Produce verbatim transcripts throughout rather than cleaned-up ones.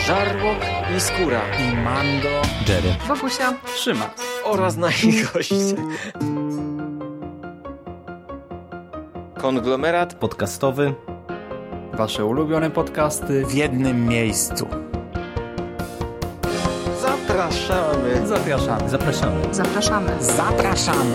Żarłok i Skóra i Mando, Jerry, Wokusia, Szymas oraz nasi goście. Konglomerat podcastowy. Wasze ulubione podcasty w jednym miejscu. Zapraszamy. Zapraszamy. Zapraszamy. zapraszamy. Zapraszamy.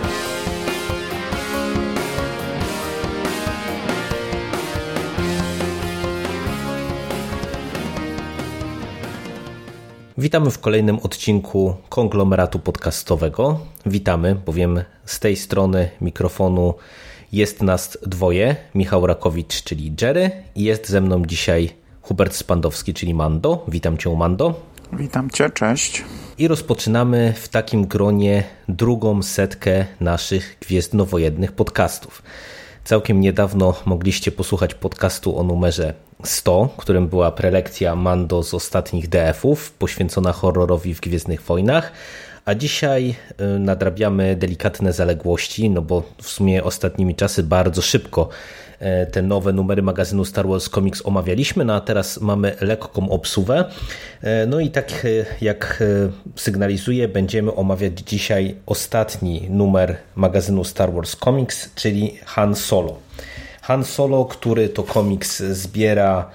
Witamy w kolejnym odcinku Konglomeratu Podcastowego. Witamy, bowiem z tej strony mikrofonu jest nas dwoje. Michał Rakowicz, czyli Jerry, i jest ze mną dzisiaj Hubert Spandowski, czyli Mando. Witam Cię, Mando. Witam Cię, cześć. I rozpoczynamy w takim gronie drugą setkę naszych gwiezdnowojennych podcastów. Całkiem niedawno mogliście posłuchać podcastu o numerze sto, którym była prelekcja Mando z ostatnich D F-ów poświęcona horrorowi w Gwiezdnych Wojnach, a dzisiaj nadrabiamy delikatne zaległości, no bo w sumie ostatnimi czasy bardzo szybko te nowe numery magazynu Star Wars Comics omawialiśmy, no a teraz mamy lekką obsuwę. No i tak jak sygnalizuję, będziemy omawiać dzisiaj ostatni numer magazynu Star Wars Comics, czyli Han Solo. Han Solo, który to komiks zbiera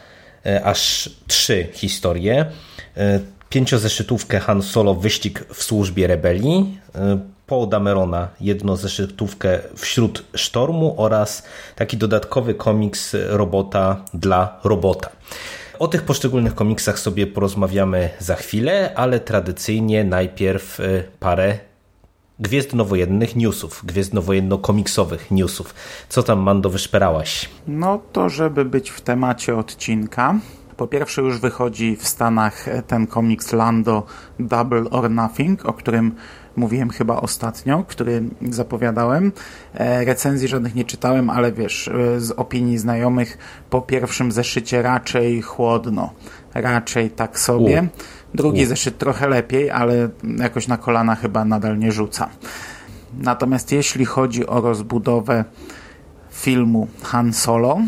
aż trzy historie. Pięciozeszytówkę Han Solo Wyścig w służbie rebelii, Paul Damerona jednozeszytówkę Wśród sztormu oraz taki dodatkowy komiks Robota dla robota. O tych poszczególnych komiksach sobie porozmawiamy za chwilę, ale tradycyjnie najpierw parę gwiezdnowojennych newsów, gwiezdnowojenno-komiksowych newsów. Co tam, Mando, wyszperałaś? No to, żeby być w temacie odcinka, po pierwsze już wychodzi w Stanach ten komiks Lando Double or Nothing, o którym mówiłem chyba ostatnio, który zapowiadałem. Recenzji żadnych nie czytałem, ale wiesz, z opinii znajomych po pierwszym zeszycie raczej chłodno, raczej tak sobie. U. Drugi U. zeszyt trochę lepiej, ale jakoś na kolana chyba nadal nie rzuca. Natomiast jeśli chodzi o rozbudowę filmu Han Solo,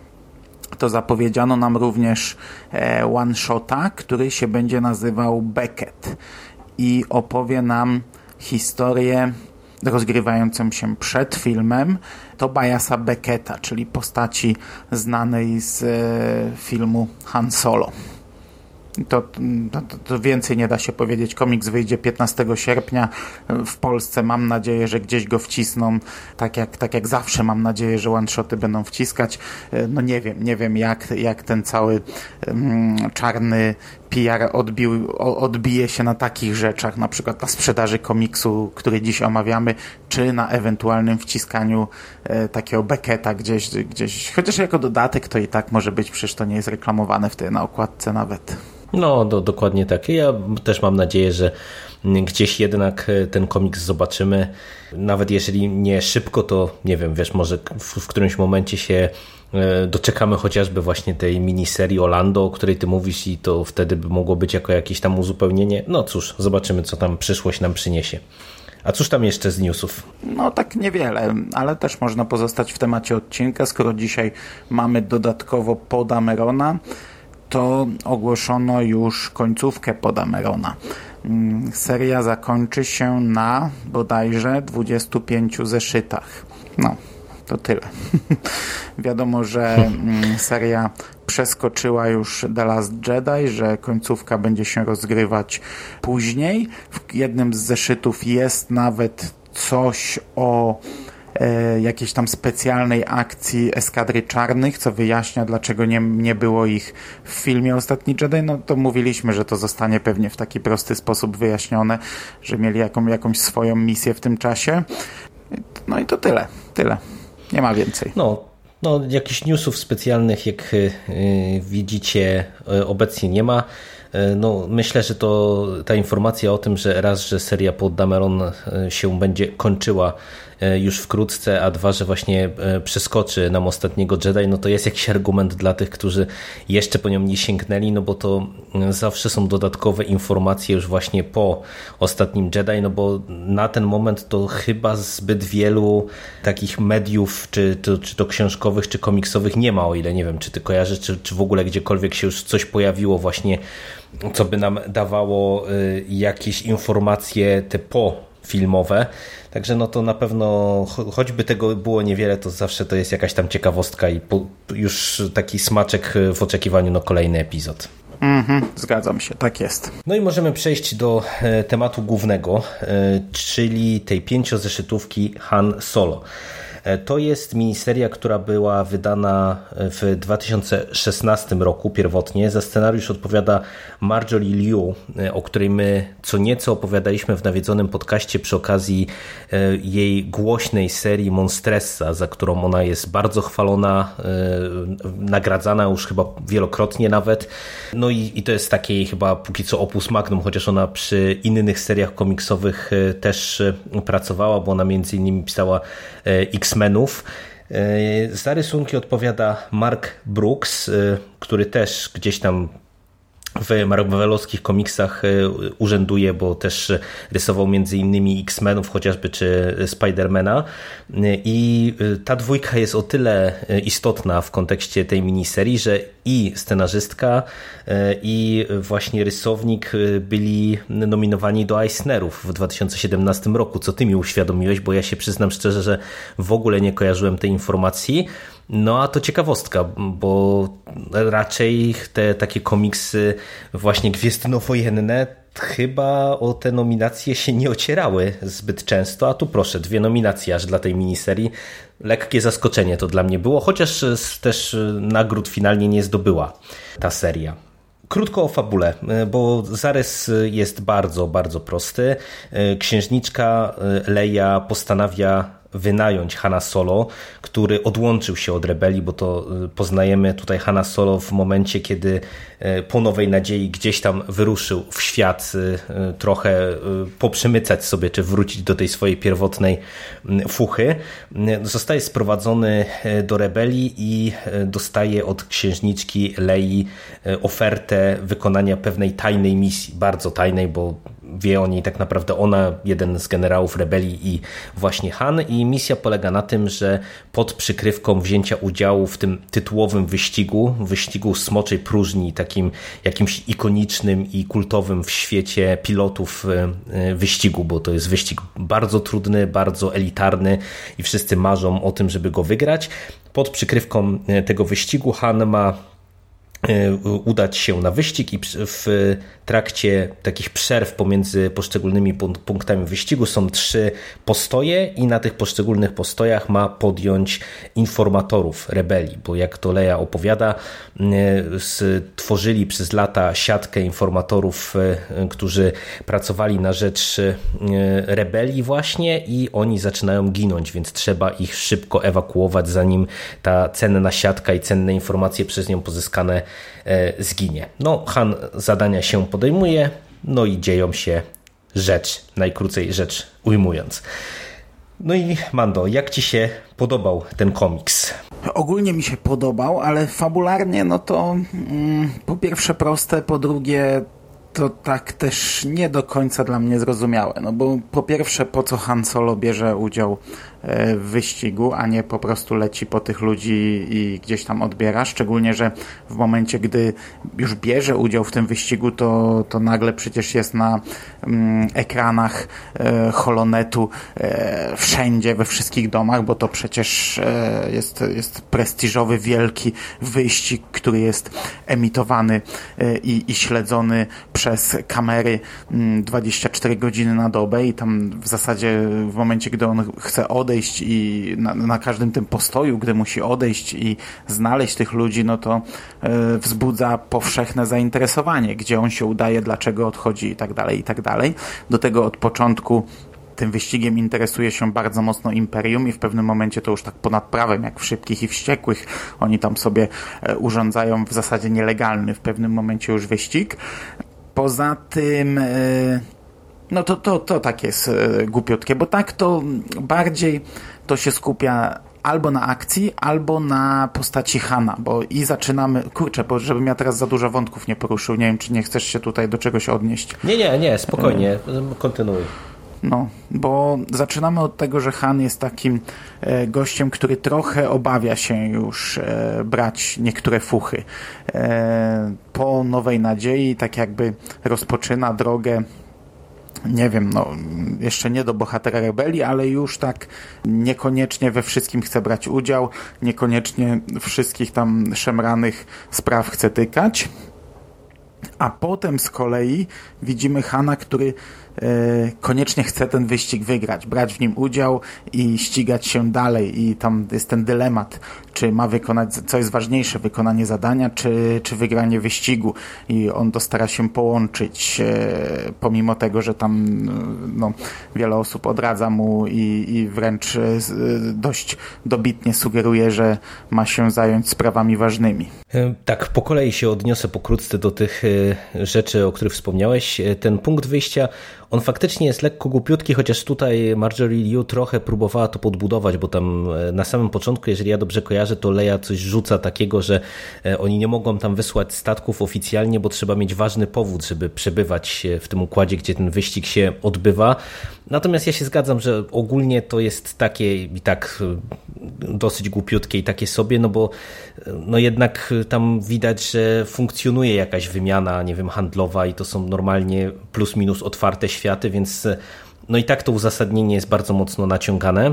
to zapowiedziano nam również one-shota, który się będzie nazywał Beckett i opowie nam historię rozgrywającą się przed filmem Tobiasa Becketta, czyli postaci znanej z e, filmu Han Solo. To, to, to więcej nie da się powiedzieć. Komiks wyjdzie piętnastego sierpnia w Polsce. Mam nadzieję, że gdzieś go wcisną. Tak jak, tak jak zawsze mam nadzieję, że one-shoty będą wciskać. No nie wiem, nie wiem jak, jak ten cały um, czarny P R odbił, odbije się na takich rzeczach, na przykład na sprzedaży komiksu, który dziś omawiamy, czy na ewentualnym wciskaniu e, takiego Becketta gdzieś, gdzieś. Chociaż jako dodatek to i tak może być, przecież to nie jest reklamowane w tej na okładce nawet. No, do, dokładnie tak. Ja też mam nadzieję, że gdzieś jednak ten komiks zobaczymy. Nawet jeżeli nie szybko, to nie wiem, wiesz, może w, w którymś momencie się doczekamy chociażby właśnie tej miniserii Orlando, o której ty mówisz, i to wtedy by mogło być jako jakieś tam uzupełnienie. No cóż, zobaczymy, co tam przyszłość nam przyniesie. A cóż tam jeszcze z newsów? No tak niewiele, ale też można pozostać w temacie odcinka, skoro dzisiaj mamy dodatkowo Paul Damerona, to ogłoszono już końcówkę Podamerona. Seria zakończy się na bodajże dwudziestu pięciu zeszytach. No, to tyle. Wiadomo, że seria przeskoczyła już The Last Jedi, że końcówka będzie się rozgrywać później. W jednym z zeszytów jest nawet coś o E, jakiejś tam specjalnej akcji Eskadry Czarnych, co wyjaśnia, dlaczego nie, nie było ich w filmie Ostatni Jedi. No to mówiliśmy, że to zostanie pewnie w taki prosty sposób wyjaśnione, że mieli jaką, jakąś swoją misję w tym czasie. No i to tyle. Tyle. Nie ma więcej. No, no jakichś newsów specjalnych, jak yy, widzicie, yy, obecnie nie ma. No, myślę, że to ta informacja o tym, że raz, że seria Poe Dameron się będzie kończyła już wkrótce, a dwa, że właśnie przeskoczy nam ostatniego Jedi, no to jest jakiś argument dla tych, którzy jeszcze po nią nie sięgnęli, no bo to zawsze są dodatkowe informacje już właśnie po ostatnim Jedi, no bo na ten moment to chyba zbyt wielu takich mediów, czy to, czy to książkowych, czy komiksowych nie ma, o ile nie wiem, czy ty kojarzysz, czy, czy w ogóle gdziekolwiek się już coś pojawiło właśnie, co by nam dawało y, jakieś informacje te po filmowe, także no to na pewno choćby tego było niewiele, to zawsze to jest jakaś tam ciekawostka i po, już taki smaczek w oczekiwaniu na kolejny epizod. Mhm, zgadzam się, tak jest. No i możemy przejść do e, tematu głównego, e, czyli tej pięciozeszytówki Han Solo. To jest miniseria, która była wydana w dwa tysiące szesnastym roku pierwotnie. Za scenariusz odpowiada Marjorie Liu, o której my co nieco opowiadaliśmy w nawiedzonym podcaście przy okazji jej głośnej serii Monstressa, za którą ona jest bardzo chwalona, nagradzana już chyba wielokrotnie nawet. No i, i to jest takie chyba póki co opus magnum, chociaż ona przy innych seriach komiksowych też pracowała, bo ona między innymi pisała X-Menów. Za rysunki odpowiada Mark Brooks, który też gdzieś tam w marvelowskich komiksach urzęduje, bo też rysował między innymi X-Menów chociażby, czy Spidermana. I ta dwójka jest o tyle istotna w kontekście tej miniserii, że i scenarzystka, i właśnie rysownik byli nominowani do Eisnerów w dwa tysiące siedemnastym roku, co ty mi uświadomiłeś, bo ja się przyznam szczerze, że w ogóle nie kojarzyłem tej informacji. No a to ciekawostka, bo raczej te takie komiksy właśnie gwiezdnowojenne chyba o te nominacje się nie ocierały zbyt często, a tu proszę, dwie nominacje aż dla tej miniserii. Lekkie zaskoczenie to dla mnie było, chociaż też nagród finalnie nie zdobyła ta seria. Krótko o fabule, bo zarys jest bardzo, bardzo prosty. Księżniczka Leia postanawia wynająć Hana Solo, który odłączył się od rebelii, bo to poznajemy tutaj Hana Solo w momencie, kiedy po Nowej Nadziei gdzieś tam wyruszył w świat trochę poprzemycać sobie, czy wrócić do tej swojej pierwotnej fuchy. Zostaje sprowadzony do rebelii i dostaje od księżniczki Lei ofertę wykonania pewnej tajnej misji, bardzo tajnej, bo wie o niej tak naprawdę ona, jeden z generałów rebelii i właśnie Han, i misja polega na tym, że pod przykrywką wzięcia udziału w tym tytułowym wyścigu, wyścigu smoczej próżni, takim jakimś ikonicznym i kultowym w świecie pilotów wyścigu, bo to jest wyścig bardzo trudny, bardzo elitarny i wszyscy marzą o tym, żeby go wygrać. Pod przykrywką tego wyścigu Han ma udać się na wyścig i w trakcie takich przerw pomiędzy poszczególnymi punktami wyścigu są trzy postoje i na tych poszczególnych postojach ma podjąć informatorów rebelii, bo jak to Leia opowiada, stworzyli przez lata siatkę informatorów, którzy pracowali na rzecz rebelii właśnie i oni zaczynają ginąć, więc trzeba ich szybko ewakuować, zanim ta cenna siatka i cenne informacje przez nią pozyskane zginie. No, Han zadania się podejmuje, no i dzieją się rzecz, najkrócej rzecz ujmując. No i Mando, jak ci się podobał ten komiks? Ogólnie mi się podobał, ale fabularnie no to mm, po pierwsze proste, po drugie to tak też nie do końca dla mnie zrozumiałe. No bo po pierwsze, po co Han Solo bierze udział w wyścigu, a nie po prostu leci po tych ludzi i gdzieś tam odbiera. Szczególnie, że w momencie, gdy już bierze udział w tym wyścigu, to, to nagle przecież jest na mm, ekranach e, holonetu e, wszędzie, we wszystkich domach, bo to przecież e, jest, jest prestiżowy, wielki wyścig, który jest emitowany e, i, i śledzony przez kamery mm, dwadzieścia cztery godziny na dobę i tam w zasadzie w momencie, gdy on chce odejść i na, na każdym tym postoju, gdy musi odejść i znaleźć tych ludzi, no to e, wzbudza powszechne zainteresowanie, gdzie on się udaje, dlaczego odchodzi i tak dalej, i tak dalej. Do tego od początku tym wyścigiem interesuje się bardzo mocno Imperium i w pewnym momencie to już tak ponad prawem, jak w Szybkich i Wściekłych. Oni tam sobie urządzają w zasadzie nielegalny w pewnym momencie już wyścig. Poza tym no to, to, to tak jest głupiutkie, bo tak to bardziej to się skupia albo na akcji, albo na postaci Hana, bo i zaczynamy, kurczę, bo żebym ja teraz za dużo wątków nie poruszył, nie wiem, czy nie chcesz się tutaj do czegoś odnieść. Nie, nie, nie, spokojnie, kontynuuj. No, bo zaczynamy od tego, że Han jest takim e, gościem, który trochę obawia się już e, brać niektóre fuchy. E, po Nowej Nadziei tak jakby rozpoczyna drogę, nie wiem, no jeszcze nie do bohatera rebelii, ale już tak niekoniecznie we wszystkim chce brać udział, niekoniecznie wszystkich tam szemranych spraw chce tykać. A potem z kolei widzimy Hana, który e, koniecznie chce ten wyścig wygrać, brać w nim udział i ścigać się dalej. I tam jest ten dylemat, czy ma wykonać, co jest ważniejsze, wykonanie zadania, czy, czy wygranie wyścigu. I on to stara się połączyć, e, pomimo tego, że tam no, wiele osób odradza mu i, i wręcz e, dość dobitnie sugeruje, że ma się zająć sprawami ważnymi. Tak, po kolei się odniosę pokrótce do tych rzeczy, o których wspomniałeś. Ten punkt wyjścia, on faktycznie jest lekko głupiutki, chociaż tutaj Marjorie Liu trochę próbowała to podbudować, bo tam na samym początku, jeżeli ja dobrze kojarzę, to Leia coś rzuca takiego, że oni nie mogą tam wysłać statków oficjalnie, bo trzeba mieć ważny powód, żeby przebywać w tym układzie, gdzie ten wyścig się odbywa. Natomiast ja się zgadzam, że ogólnie to jest takie i tak dosyć głupiutkie i takie sobie, no bo no jednak tam widać, że funkcjonuje jakaś wymiana, nie wiem, handlowa i to są normalnie plus minus otwarte światy, więc no i tak to uzasadnienie jest bardzo mocno naciągane.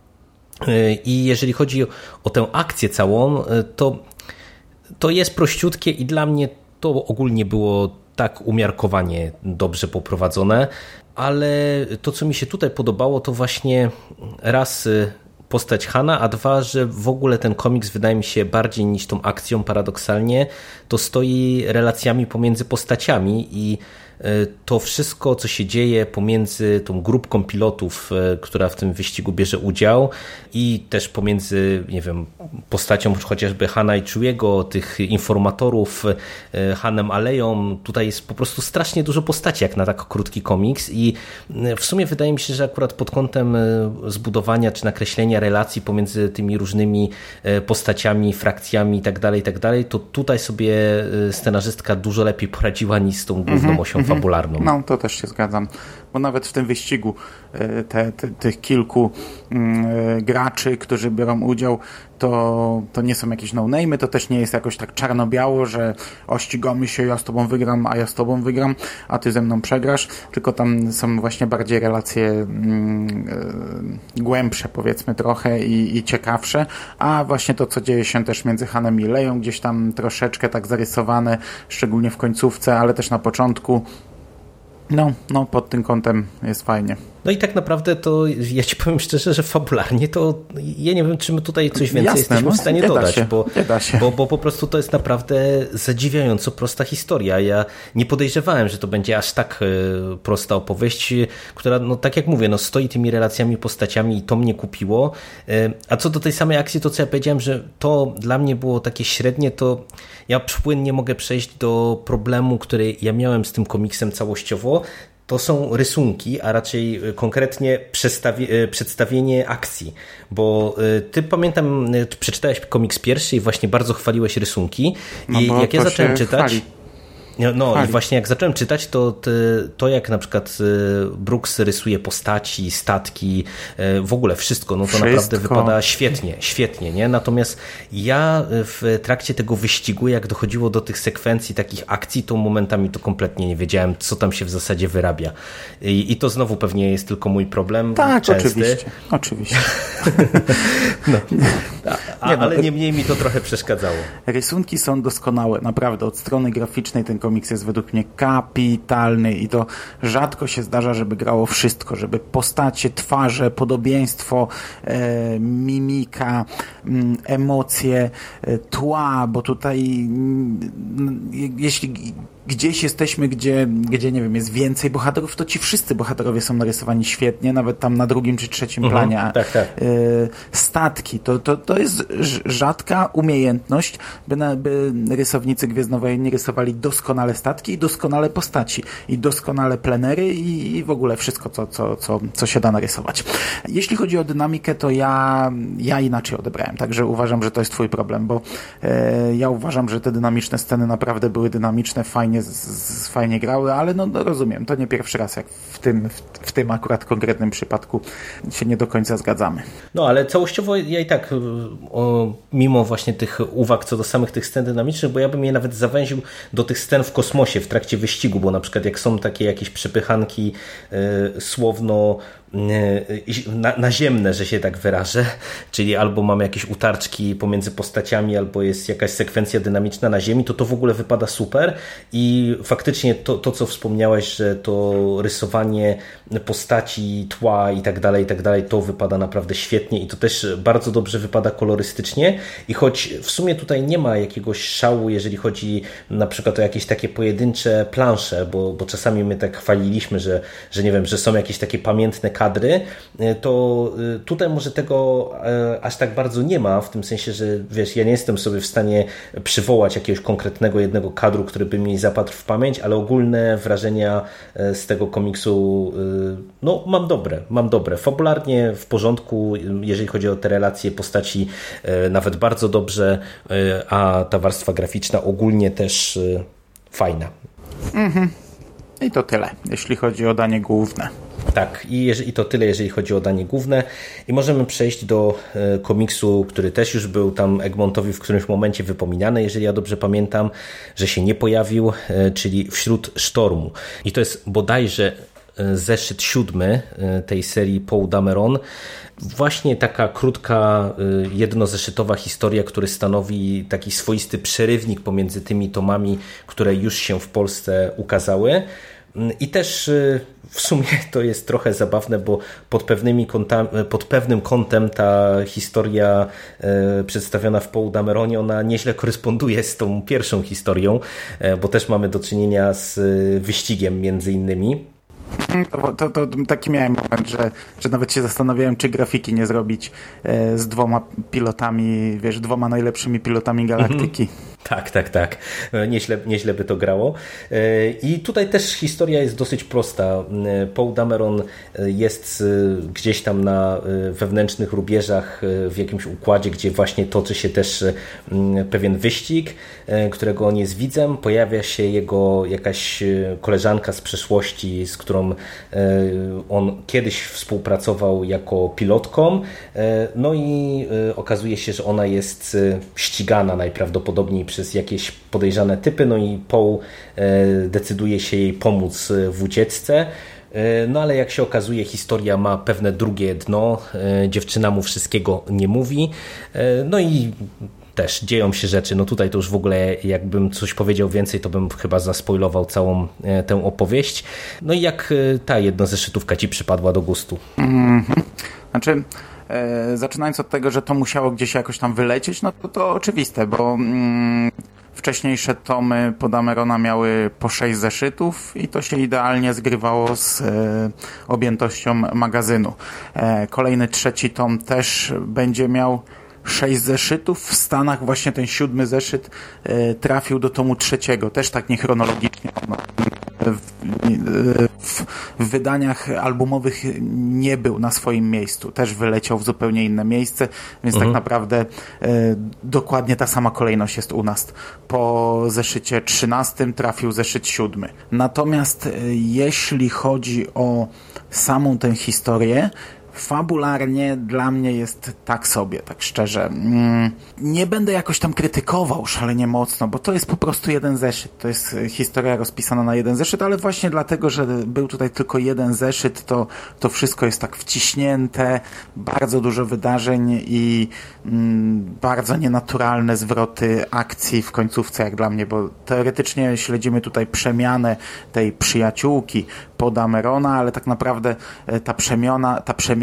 I jeżeli chodzi o tę akcję całą, to, to jest prościutkie i dla mnie to ogólnie było tak umiarkowanie dobrze poprowadzone, ale to, co mi się tutaj podobało, to właśnie raz postać Hana, a dwa, że w ogóle ten komiks wydaje mi się bardziej niż tą akcją paradoksalnie, to stoi relacjami pomiędzy postaciami i to wszystko, co się dzieje pomiędzy tą grupką pilotów, która w tym wyścigu bierze udział i też pomiędzy, nie wiem, postacią chociażby Hana i Chewiego, tych informatorów, Hanem a Leją, tutaj jest po prostu strasznie dużo postaci jak na tak krótki komiks i w sumie wydaje mi się, że akurat pod kątem zbudowania czy nakreślenia relacji pomiędzy tymi różnymi postaciami, frakcjami i tak dalej, i tak dalej, to tutaj sobie scenarzystka dużo lepiej poradziła niż z tą główną mm-hmm, osią fabularną. No, to też się zgadzam, bo nawet w tym wyścigu te, te, tych kilku y, graczy, którzy biorą udział, to, to nie są jakieś no-name'y, to też nie jest jakoś tak czarno-biało, że ościgamy się, ja z tobą wygram, a ja z tobą wygram, a ty ze mną przegrasz, tylko tam są właśnie bardziej relacje y, y, głębsze, powiedzmy trochę i, i ciekawsze, a właśnie to, co dzieje się też między Hanem i Leją, gdzieś tam troszeczkę tak zarysowane, szczególnie w końcówce, ale też na początku. No, no pod tym kątem jest fajnie. No i tak naprawdę to ja ci powiem szczerze, że fabularnie to ja nie wiem, czy my tutaj coś więcej Jasne, jesteśmy no, w stanie dodać, się, bo, bo, bo po prostu to jest naprawdę zadziwiająco prosta historia. Ja nie podejrzewałem, że to będzie aż tak prosta opowieść, która, no tak jak mówię, no stoi tymi relacjami, postaciami i to mnie kupiło. A co do tej samej akcji, to co ja powiedziałem, że to dla mnie było takie średnie, to ja płynnie mogę przejść do problemu, który ja miałem z tym komiksem całościowo. To są rysunki, a raczej konkretnie przedstawienie akcji, bo ty, pamiętam, przeczytałeś komiks pierwszy i właśnie bardzo chwaliłeś rysunki i no jak ja zacząłem czytać chwali. No Chwali. I właśnie jak zacząłem czytać, to to jak na przykład Brooks rysuje postaci, statki, w ogóle wszystko, no to wszystko. Naprawdę wypada świetnie, świetnie, nie? Natomiast ja w trakcie tego wyścigu, jak dochodziło do tych sekwencji, takich akcji, to momentami to kompletnie nie wiedziałem, co tam się w zasadzie wyrabia. I, i to znowu pewnie jest tylko mój problem. Tak, częsty. oczywiście. Oczywiście. no. a, a, nie, ale no, niemniej mi to trochę przeszkadzało. Rysunki są doskonałe, naprawdę. Od strony graficznej ten komiks jest według mnie kapitalny i to rzadko się zdarza, żeby grało wszystko, żeby postacie, twarze, podobieństwo, e, mimika, m, emocje, e, tła, bo tutaj m, jeśli gdzieś jesteśmy, gdzie, gdzie nie wiem, jest więcej bohaterów, to ci wszyscy bohaterowie są narysowani świetnie, nawet tam na drugim czy trzecim mhm, planie. Tak, tak. Y, statki, to, to, to jest rzadka umiejętność, by, na, by rysownicy Gwiezdnowojenni rysowali doskonale statki i doskonale postaci i doskonale plenery i, i w ogóle wszystko, co, co, co, co się da narysować. Jeśli chodzi o dynamikę, to ja, ja inaczej odebrałem, także uważam, że to jest twój problem, bo e, ja uważam, że te dynamiczne sceny naprawdę były dynamiczne, fajnie, z, z, fajnie grały, ale no, no rozumiem, to nie pierwszy raz, jak w tym, w, w tym akurat konkretnym przypadku się nie do końca zgadzamy. No, ale całościowo ja i tak, o, mimo właśnie tych uwag co do samych tych scen dynamicznych, bo ja bym je nawet zawęził do tych scen w kosmosie w trakcie wyścigu, bo na przykład jak są takie jakieś przepychanki y, słowno Na, naziemne, że się tak wyrażę, czyli albo mamy jakieś utarczki pomiędzy postaciami, albo jest jakaś sekwencja dynamiczna na ziemi, to to w ogóle wypada super i faktycznie to, to co wspomniałeś, że to rysowanie postaci, tła i tak dalej, i tak dalej, to wypada naprawdę świetnie i to też bardzo dobrze wypada kolorystycznie i choć w sumie tutaj nie ma jakiegoś szału, jeżeli chodzi na przykład o jakieś takie pojedyncze plansze, bo, bo czasami my tak chwaliliśmy, że, że nie wiem, że są jakieś takie pamiętne kadry, to tutaj może tego aż tak bardzo nie ma, w tym sensie, że wiesz, ja nie jestem sobie w stanie przywołać jakiegoś konkretnego jednego kadru, który by mi zapadł w pamięć, ale ogólne wrażenia z tego komiksu no mam dobre, mam dobre. Fabularnie w porządku, jeżeli chodzi o te relacje postaci, nawet bardzo dobrze, a ta warstwa graficzna ogólnie też fajna. Mhm. I to tyle, jeśli chodzi o danie główne. Tak, i, jeżeli, i to tyle, jeżeli chodzi o danie główne. I możemy przejść do e, komiksu, który też już był tam Egmontowi w którymś momencie wypominany, jeżeli ja dobrze pamiętam, że się nie pojawił, e, czyli Wśród sztormu. I to jest bodajże e, zeszyt siódmy e, tej serii Poe Dameron. Właśnie taka krótka, e, jednozeszytowa historia, który stanowi taki swoisty przerywnik pomiędzy tymi tomami, które już się w Polsce ukazały. I też w sumie to jest trochę zabawne, bo pod, pewnymi kątami, pod pewnym kątem ta historia przedstawiona w Poe Dameronie, ona nieźle koresponduje z tą pierwszą historią, bo też mamy do czynienia z wyścigiem między innymi. To, to, to taki miałem moment, że, że nawet się zastanawiałem, czy grafiki nie zrobić e, z dwoma pilotami, wiesz, dwoma najlepszymi pilotami galaktyki. Mhm. Tak, tak, tak. Nieźle, nieźle by to grało. I tutaj też historia jest dosyć prosta. Poe Dameron jest gdzieś tam na wewnętrznych rubieżach w jakimś układzie, gdzie właśnie toczy się też pewien wyścig, którego on jest widzem. Pojawia się jego jakaś koleżanka z przeszłości, z którą on kiedyś współpracował jako pilotką. No i okazuje się, że ona jest ścigana najprawdopodobniej przez jakieś podejrzane typy, no i Poe decyduje się jej pomóc w ucieczce. No ale jak się okazuje, historia ma pewne drugie dno, dziewczyna mu wszystkiego nie mówi, no i też dzieją się rzeczy, no tutaj to już w ogóle jakbym coś powiedział więcej, to bym chyba zaspoilował całą tę opowieść. No i jak ta jednozeszytówka ci przypadła do gustu? Mm-hmm. Znaczy e, zaczynając od tego, że to musiało gdzieś jakoś tam wylecieć, no to to oczywiste, bo mm, wcześniejsze tomy Poe Damerona miały po sześć zeszytów i to się idealnie zgrywało z e, objętością magazynu. E, kolejny trzeci tom też będzie miał sześć zeszytów. W Stanach właśnie ten siódmy zeszyt e, trafił do tomu trzeciego, też tak niechronologicznie. W, w, w wydaniach albumowych nie był na swoim miejscu. Też wyleciał w zupełnie inne miejsce, więc mhm. tak naprawdę e, dokładnie ta sama kolejność jest u nas. Po zeszycie trzynastym trafił zeszyt siódmy. Natomiast e, jeśli chodzi o samą tę historię, fabularnie dla mnie jest tak sobie, tak szczerze. Nie będę jakoś tam krytykował szalenie mocno, bo to jest po prostu jeden zeszyt. To jest historia rozpisana na jeden zeszyt, ale właśnie dlatego, że był tutaj tylko jeden zeszyt, to, to wszystko jest tak wciśnięte, bardzo dużo wydarzeń i mm, bardzo nienaturalne zwroty akcji w końcówce, jak dla mnie, bo teoretycznie śledzimy tutaj przemianę tej przyjaciółki Poe Damerona, ale tak naprawdę ta przemiana, ta przemiana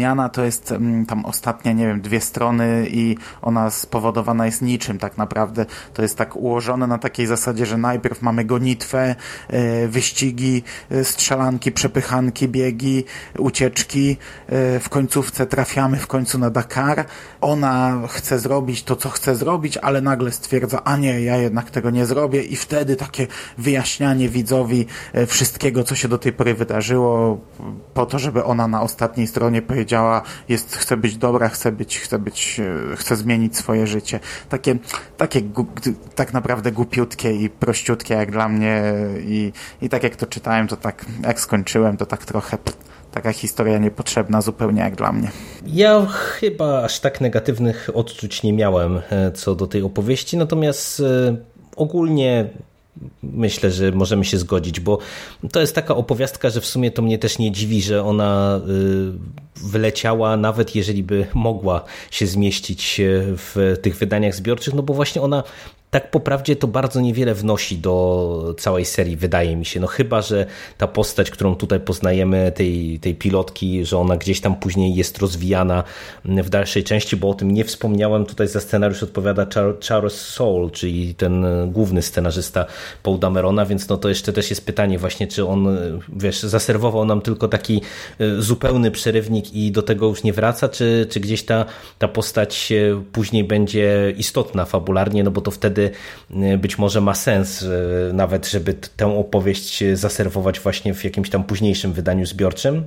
zmiana to jest tam ostatnie, nie wiem, dwie strony i ona spowodowana jest niczym tak naprawdę. To jest tak ułożone na takiej zasadzie, że najpierw mamy gonitwę, wyścigi, strzelanki, przepychanki, biegi, ucieczki. W końcówce trafiamy w końcu na Dakar. Ona chce zrobić to, co chce zrobić, ale nagle stwierdza, a nie, ja jednak tego nie zrobię i wtedy takie wyjaśnianie widzowi wszystkiego, co się do tej pory wydarzyło, po to, żeby ona na ostatniej stronie powiedziała, jest, chce być dobra, chce być, chce być, chce zmienić swoje życie. Takie, takie tak naprawdę głupiutkie i prościutkie jak dla mnie i, i tak jak to czytałem, to tak, jak skończyłem, to tak trochę taka historia niepotrzebna zupełnie jak dla mnie. Ja chyba aż tak negatywnych odczuć nie miałem co do tej opowieści, natomiast ogólnie myślę, że możemy się zgodzić, bo to jest taka opowiastka, że w sumie to mnie też nie dziwi, że ona wyleciała, nawet jeżeli by mogła się zmieścić w tych wydaniach zbiorczych, no bo właśnie ona tak po prawdzie to bardzo niewiele wnosi do całej serii, wydaje mi się. No chyba, że ta postać, którą tutaj poznajemy, tej, tej pilotki, że ona gdzieś tam później jest rozwijana w dalszej części, bo o tym nie wspomniałem. Tutaj za scenariusz odpowiada Charles Soule, czyli ten główny scenarzysta Paul Damerona, więc no to jeszcze też jest pytanie właśnie, czy on, wiesz, zaserwował nam tylko taki zupełny przerywnik i do tego już nie wraca, czy, czy gdzieś ta, ta postać później będzie istotna fabularnie, no bo to wtedy być może ma sens nawet, żeby tę opowieść zaserwować właśnie w jakimś tam późniejszym wydaniu zbiorczym.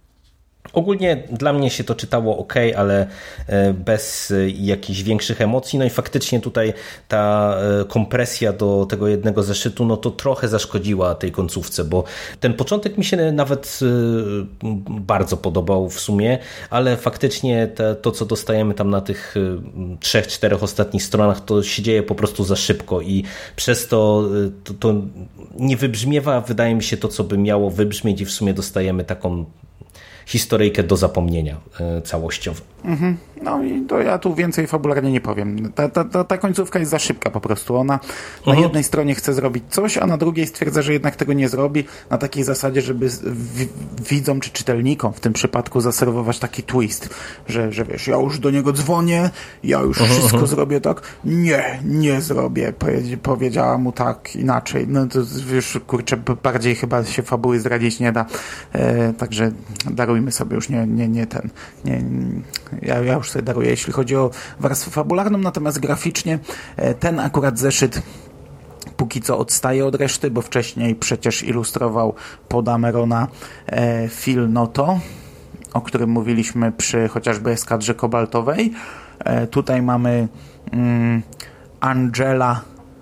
Ogólnie dla mnie się to czytało ok, ale bez jakichś większych emocji. No i faktycznie tutaj ta kompresja do tego jednego zeszytu, no to trochę zaszkodziła tej końcówce, bo ten początek mi się nawet bardzo podobał w sumie, ale faktycznie te, to, co dostajemy tam na tych trzech, czterech ostatnich stronach, to się dzieje po prostu za szybko i przez to to, to nie wybrzmiewa, wydaje mi się, to, co by miało wybrzmieć i w sumie dostajemy taką historyjkę do zapomnienia całościowo. Mhm. No i to ja tu więcej fabularnie nie powiem. Ta, ta, ta, ta końcówka jest za szybka po prostu. Ona na mhm. jednej stronie chce zrobić coś, a na drugiej stwierdza, że jednak tego nie zrobi, na takiej zasadzie, żeby widzom czy czytelnikom w tym przypadku zaserwować taki twist, że, że wiesz, ja już do niego dzwonię, ja już mhm. wszystko zrobię tak. Nie, nie zrobię. Powiedziała mu tak inaczej. No to już, kurczę, bardziej chyba się fabuły zdradzić nie da. E, także darujmy sobie już nie, nie, nie ten. Nie, ja, ja już sobie daruję, jeśli chodzi o warstwę fabularną, natomiast graficznie ten akurat zeszyt póki co odstaje od reszty, bo wcześniej przecież ilustrował Paul Damerona e, Phil Noto, o którym mówiliśmy przy chociażby Eskadrze Kobaltowej. E, tutaj mamy mm, Angela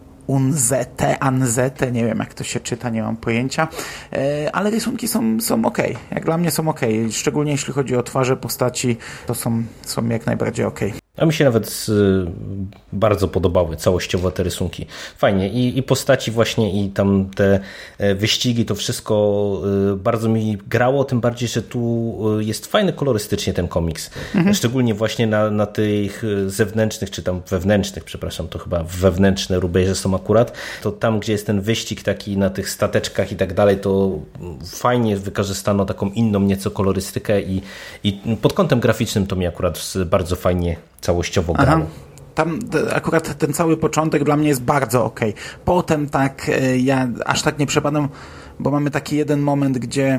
Unzete, Anzete, nie wiem jak to się czyta, nie mam pojęcia, ale rysunki są, są ok, jak dla mnie są ok, szczególnie jeśli chodzi o twarze postaci, to są, są jak najbardziej ok. A mi się nawet bardzo podobały całościowo te rysunki. Fajnie. I, i postaci właśnie, i tam te wyścigi, to wszystko bardzo mi grało, tym bardziej, że tu jest fajny kolorystycznie ten komiks. Mhm. Szczególnie właśnie na, na tych zewnętrznych, czy tam wewnętrznych, przepraszam, to chyba wewnętrzne rubejże są akurat, to tam, gdzie jest ten wyścig taki na tych stateczkach i tak dalej, to fajnie wykorzystano taką inną nieco kolorystykę i, i pod kątem graficznym to mi akurat bardzo fajnie całościowo grało. Aha. Tam akurat ten cały początek dla mnie jest bardzo okej. Okay. Potem tak ja aż tak nie przepadam, bo mamy taki jeden moment, gdzie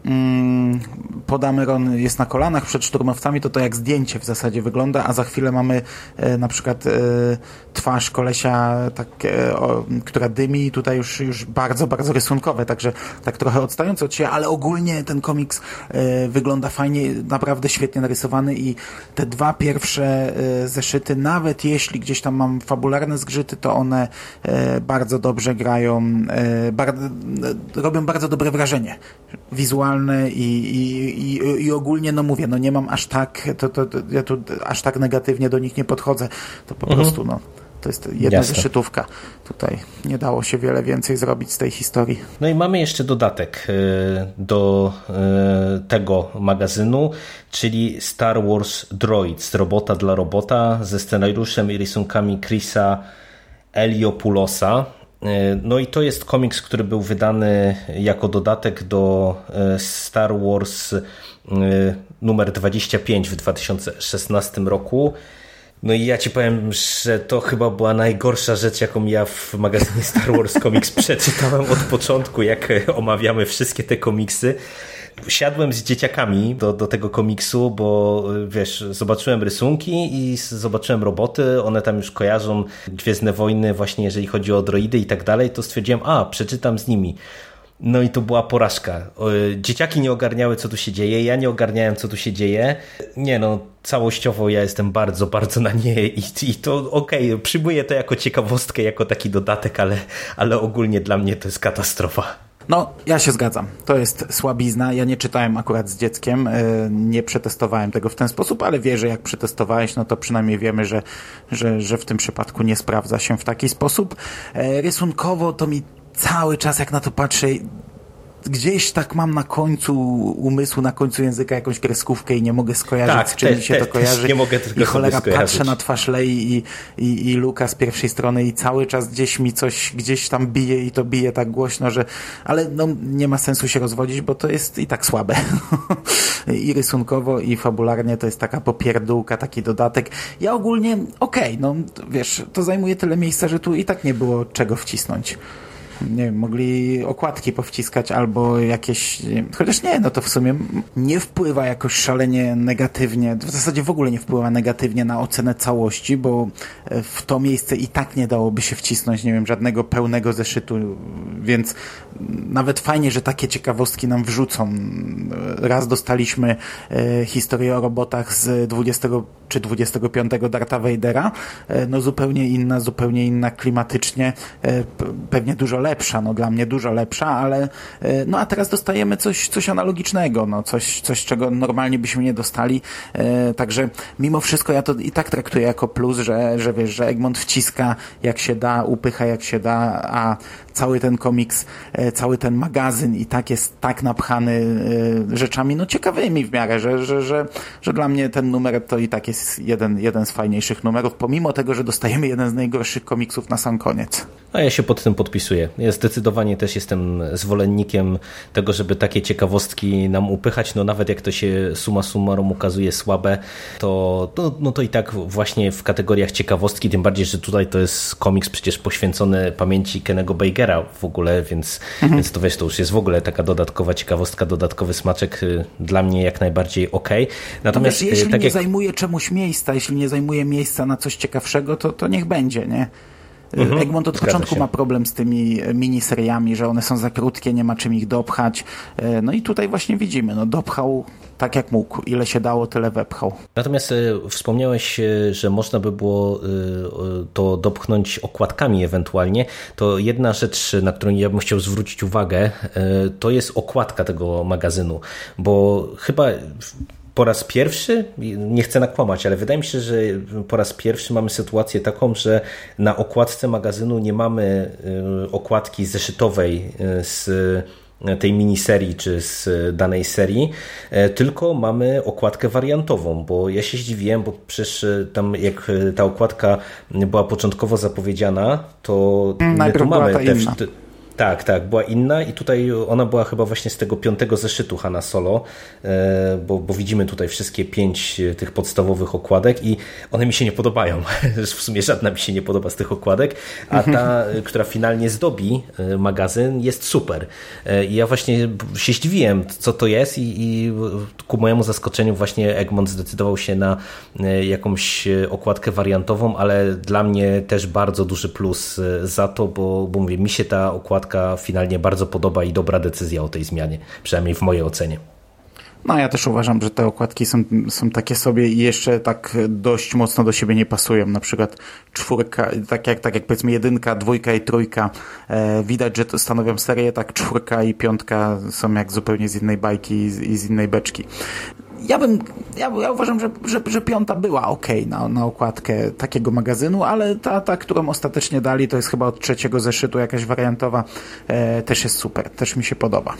mm, Paul Dameron jest na kolanach przed szturmowcami, to to jak zdjęcie w zasadzie wygląda, a za chwilę mamy e, na przykład e, twarz kolesia, tak, e, o, która dymi, tutaj już, już bardzo, bardzo rysunkowe, także tak trochę odstając od siebie, ale ogólnie ten komiks e, wygląda fajnie, naprawdę świetnie narysowany i te dwa pierwsze e, zeszyty, nawet jeśli gdzieś tam mam fabularne zgrzyty, to one e, bardzo dobrze grają, e, bar, e, robią bardzo dobre wrażenie wizualne i, i, i, i ogólnie, no mówię, no nie mam aż tak, to, to, to, ja tu aż tak negatywnie do nich nie podchodzę, to po mhm. prostu, no, to jest jedna Jasne. zeszytówka. Tutaj nie dało się wiele więcej zrobić z tej historii. No i mamy jeszcze dodatek do tego magazynu, czyli Star Wars Droids, robota dla robota, ze scenariuszem i rysunkami Chrisa Eliopoulosa. No i to jest komiks, który był wydany jako dodatek do Star Wars numer dwadzieścia pięć w dwa tysiące szesnastym roku. No i ja ci powiem, że to chyba była najgorsza rzecz, jaką ja w magazynie Star Wars Comics przeczytałem od początku, jak omawiamy wszystkie te komiksy. Siadłem z dzieciakami do, do tego komiksu, bo wiesz, zobaczyłem rysunki i zobaczyłem roboty, one tam już kojarzą Gwiezdne Wojny właśnie jeżeli chodzi o droidy i tak dalej, to stwierdziłem, a przeczytam z nimi. No i to była porażka. Dzieciaki nie ogarniały, co tu się dzieje, ja nie ogarniałem, co tu się dzieje. Nie no, całościowo ja jestem bardzo, bardzo na nie i, i to okej, okay, przyjmuję to jako ciekawostkę, jako taki dodatek, ale, ale ogólnie dla mnie to jest katastrofa. No, ja się zgadzam. To jest słabizna. Ja nie czytałem akurat z dzieckiem, nie przetestowałem tego w ten sposób, ale wierzę, jak przetestowałeś, no to przynajmniej wiemy, że, że, że w tym przypadku nie sprawdza się w taki sposób. Rysunkowo to mi cały czas, jak na to patrzę, gdzieś tak mam na końcu umysłu, na końcu języka jakąś kreskówkę i nie mogę skojarzyć, tak, z czym te, mi się te, to kojarzy. Nie mogę tego I cholera, skojarzyć. Patrzę na twarz Lei i, i, i Luka z pierwszej strony i cały czas gdzieś mi coś gdzieś tam bije i to bije tak głośno, że ale no nie ma sensu się rozwodzić, bo to jest i tak słabe. I rysunkowo, i fabularnie to jest taka popierdółka, taki dodatek. Ja ogólnie, okej, okay, no wiesz, to zajmuje tyle miejsca, że tu i tak nie było czego wcisnąć. Nie wiem, mogli okładki powciskać albo jakieś, nie wiem, chociaż nie, no to w sumie nie wpływa jakoś szalenie negatywnie, w zasadzie w ogóle nie wpływa negatywnie na ocenę całości, bo w to miejsce i tak nie dałoby się wcisnąć, nie wiem, żadnego pełnego zeszytu, więc nawet fajnie, że takie ciekawostki nam wrzucą. Raz dostaliśmy e, historię o robotach z dwudziestego czy dwudziestego piątego Dartha Vadera, e, no zupełnie inna, zupełnie inna klimatycznie, e, pewnie dużo lepsza, no dla mnie dużo lepsza, ale e, no a teraz dostajemy coś, coś analogicznego, no coś, coś czego normalnie byśmy nie dostali, e, także mimo wszystko ja to i tak traktuję jako plus, że, że wiesz, że Egmont wciska jak się da, upycha jak się da, a cały ten komiks, cały ten magazyn i tak jest tak napchany rzeczami, no ciekawymi w miarę, że, że, że, że dla mnie ten numer to i tak jest jeden, jeden z fajniejszych numerów, pomimo tego, że dostajemy jeden z najgorszych komiksów na sam koniec. A ja się pod tym podpisuję. Ja zdecydowanie też jestem zwolennikiem tego, żeby takie ciekawostki nam upychać, no nawet jak to się summa summarum ukazuje słabe, to, no, no to i tak właśnie w kategoriach ciekawostki, tym bardziej, że tutaj to jest komiks przecież poświęcony pamięci Kennego Bagera w ogóle, więc, mhm. więc to wiesz, to już jest w ogóle taka dodatkowa ciekawostka, dodatkowy smaczek dla mnie jak najbardziej okej. Okay. Natomiast no wiesz, jeśli tak nie jak... zajmuje czemuś miejsca, jeśli nie zajmuje miejsca na coś ciekawszego, to, to niech będzie, nie? Mhm, Egmont od początku ma problem z tymi miniseriami, że one są za krótkie, nie ma czym ich dopchać. No i tutaj właśnie widzimy, no dopchał tak jak mógł. Ile się dało, tyle wepchał. Natomiast y, wspomniałeś, y, że można by było y, to dopchnąć okładkami ewentualnie. To jedna rzecz, na którą ja bym chciał zwrócić uwagę, y, to jest okładka tego magazynu, bo chyba po raz pierwszy, nie chcę nakłamać, ale wydaje mi się, że po raz pierwszy mamy sytuację taką, że na okładce magazynu nie mamy okładki zeszytowej z tej miniserii czy z danej serii, tylko mamy okładkę wariantową, bo ja się zdziwiłem, bo przecież tam jak ta okładka była początkowo zapowiedziana, to my tu mamy te... Inna. Tak, tak, była inna i tutaj ona była chyba właśnie z tego piątego zeszytu Hanna Solo, bo, bo widzimy tutaj wszystkie pięć tych podstawowych okładek i one mi się nie podobają. W sumie żadna mi się nie podoba z tych okładek, a ta, która finalnie zdobi magazyn, jest super. I ja właśnie się zdziwiłem, co to jest i, i ku mojemu zaskoczeniu właśnie Egmont zdecydował się na jakąś okładkę wariantową, ale dla mnie też bardzo duży plus za to, bo, bo mówię, mi się ta okładka finalnie bardzo podoba i dobra decyzja o tej zmianie, przynajmniej w mojej ocenie. No ja też uważam, że te okładki są, są takie sobie i jeszcze tak dość mocno do siebie nie pasują. Na przykład czwórka, tak jak, tak jak powiedzmy jedynka, dwójka i trójka e, widać, że to stanowią serię, tak czwórka i piątka są jak zupełnie z innej bajki i z, i z innej beczki. Ja bym, ja, ja uważam, że, że, że piąta była okej na, na okładkę takiego magazynu, ale ta, ta, którą ostatecznie dali, to jest chyba od trzeciego zeszytu jakaś wariantowa, e, też jest super, też mi się podoba.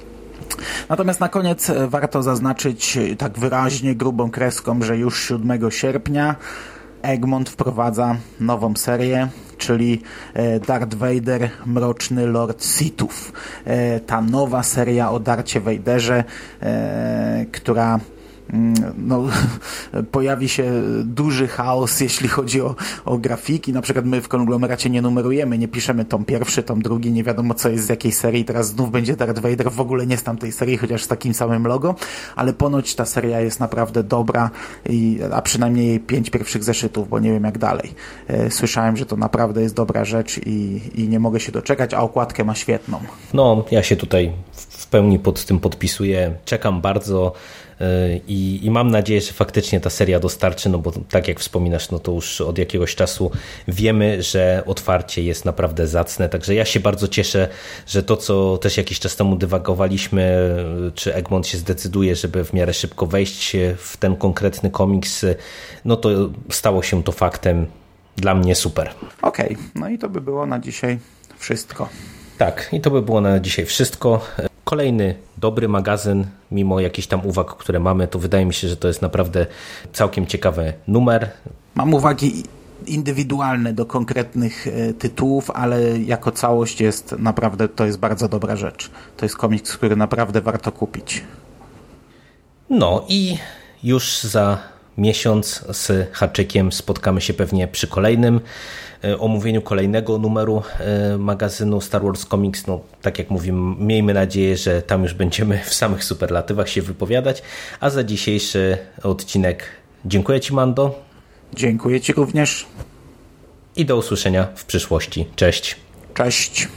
Natomiast na koniec warto zaznaczyć tak wyraźnie, grubą kreską, że już siódmego sierpnia Egmont wprowadza nową serię, czyli Darth Vader, Mroczny Lord Sithów. Ta nowa seria o Darcie Vaderze, która no, pojawi się duży chaos, jeśli chodzi o, o grafiki. Na przykład my w konglomeracie nie numerujemy, nie piszemy tom pierwszy, tom drugi, nie wiadomo co jest z jakiej serii. Teraz znów będzie Darth Vader, w ogóle nie z tamtej serii, chociaż z takim samym logo, ale ponoć ta seria jest naprawdę dobra, i, a przynajmniej jej pięć pierwszych zeszytów, bo nie wiem jak dalej. Słyszałem, że to naprawdę jest dobra rzecz i, i nie mogę się doczekać, a okładkę ma świetną. No, ja się tutaj w pełni pod tym podpisuję. Czekam bardzo I, i mam nadzieję, że faktycznie ta seria dostarczy, no bo tak jak wspominasz, no to już od jakiegoś czasu wiemy, że otwarcie jest naprawdę zacne, także ja się bardzo cieszę, że to, co też jakiś czas temu dywagowaliśmy, czy Egmont się zdecyduje, żeby w miarę szybko wejść w ten konkretny komiks, no to stało się to faktem. Dla mnie super. Okej, okay, no i to by było na dzisiaj wszystko. Tak, i to by było na dzisiaj wszystko. Kolejny dobry magazyn, mimo jakichś tam uwag, które mamy, to wydaje mi się, że to jest naprawdę całkiem ciekawy numer. Mam uwagi indywidualne do konkretnych tytułów, ale jako całość jest naprawdę, to jest bardzo dobra rzecz. To jest komiks, który naprawdę warto kupić. No i już za miesiąc z haczykiem spotkamy się pewnie przy kolejnym omówieniu kolejnego numeru magazynu Star Wars Comics. No, tak jak mówimy, miejmy nadzieję, że tam już będziemy w samych superlatywach się wypowiadać. A za dzisiejszy odcinek dziękuję Ci, Mando. Dziękuję Ci również. I do usłyszenia w przyszłości. Cześć. Cześć.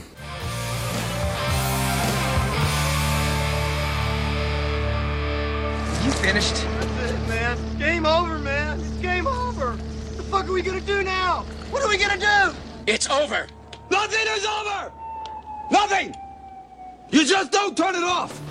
You finished? That's it, man. Game over, man. It's game over. What the fuck are we gonna do now? What are we gonna do? It's over. Nothing is over! Nothing! You just don't turn it off!